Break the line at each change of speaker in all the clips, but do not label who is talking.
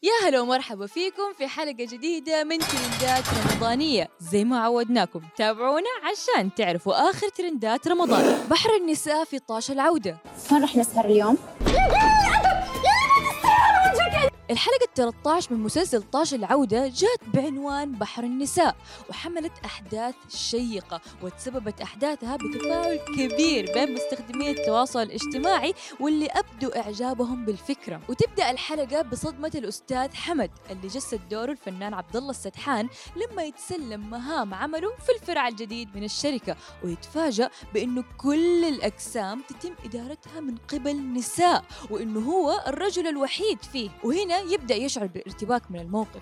يا هلا ومرحبا فيكم في حلقة جديدة من ترندات رمضانية. زي ما عودناكم تابعونا عشان تعرفوا آخر ترندات رمضان. بحر النساء في طاش العودة.
وين رح نسهر اليوم؟
الحلقة 13 من مسلسل طاش العودة جات بعنوان بحر النساء، وحملت أحداث شيقة وتسببت أحداثها بتفاعل كبير بين مستخدمي التواصل الاجتماعي واللي أبدوا إعجابهم بالفكرة. وتبدأ الحلقة بصدمة الأستاذ حمد اللي جسد دوره الفنان عبد الله السدحان لما يتسلم مهام عمله في الفرع الجديد من الشركة، ويتفاجأ بأنه كل الأقسام تتم إدارتها من قبل نساء وأنه هو الرجل الوحيد فيه. وهنا يبدأ يشعر بالارتباك من الموقف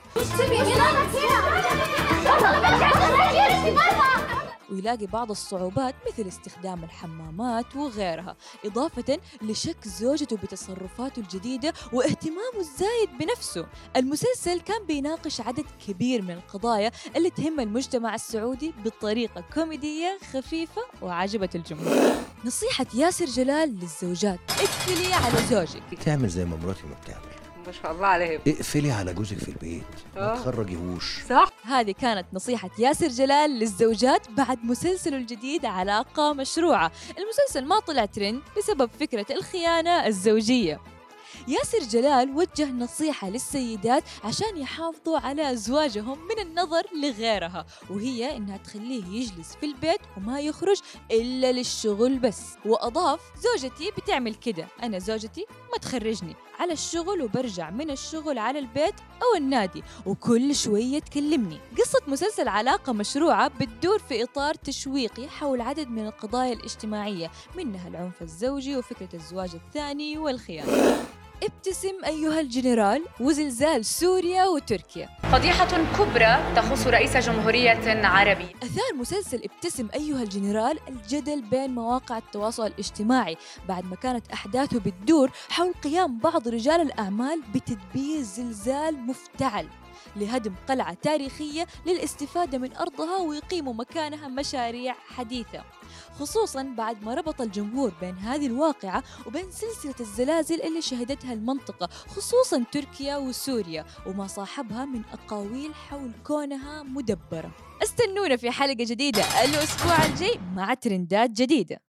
ويلاقي بعض الصعوبات مثل استخدام الحمامات وغيرها، إضافة لشك زوجته بتصرفاته الجديدة واهتمامه الزايد بنفسه. المسلسل كان بيناقش عدد كبير من القضايا اللي تهم المجتمع السعودي بطريقة كوميدية خفيفة وعجبت الجمهور. نصيحة ياسر جلال للزوجات: اقفلي على زوجك.
تعمل زي ما مراتي ما بتعمل.
ما شاء الله عليه.
اقفلي على جوزك في البيت، ما تخرجيهوش.
صح.
هذه كانت نصيحة ياسر جلال للزوجات بعد مسلسله الجديد علاقة مشروعة. المسلسل ما طلع ترند بسبب فكرة الخيانة الزوجية. ياسر جلال وجه نصيحة للسيدات عشان يحافظوا على أزواجهم من النظر لغيرها، وهي إنها تخليه يجلس في البيت وما يخرج إلا للشغل بس. وأضاف: زوجتي بتعمل كده، أنا زوجتي ما تخرجني على الشغل وبرجع من الشغل على البيت أو النادي وكل شوية تكلمني. قصة مسلسل علاقة مشروعة بتدور في إطار تشويقي حول عدد من القضايا الاجتماعية، منها العنف الزوجي وفكرة الزواج الثاني والخيانة. ابتسم أيها الجنرال وزلزال سوريا وتركيا.
فضيحة كبرى تخص رئيس جمهورية عربية.
أثار مسلسل ابتسم أيها الجنرال الجدل بين مواقع التواصل الاجتماعي بعد ما كانت أحداثه بتدور حول قيام بعض رجال الأعمال بتدبير زلزال مفتعل لهدم قلعة تاريخية للاستفادة من أرضها ويقيموا مكانها مشاريع حديثة، خصوصاً بعد ما ربط الجمهور بين هذه الواقعة وبين سلسلة الزلازل اللي شهدتها المنطقة خصوصاً تركيا وسوريا وما صاحبها من أقاويل حول كونها مدبرة. استنونا في حلقة جديدة الأسبوع الجاي مع ترندات جديدة.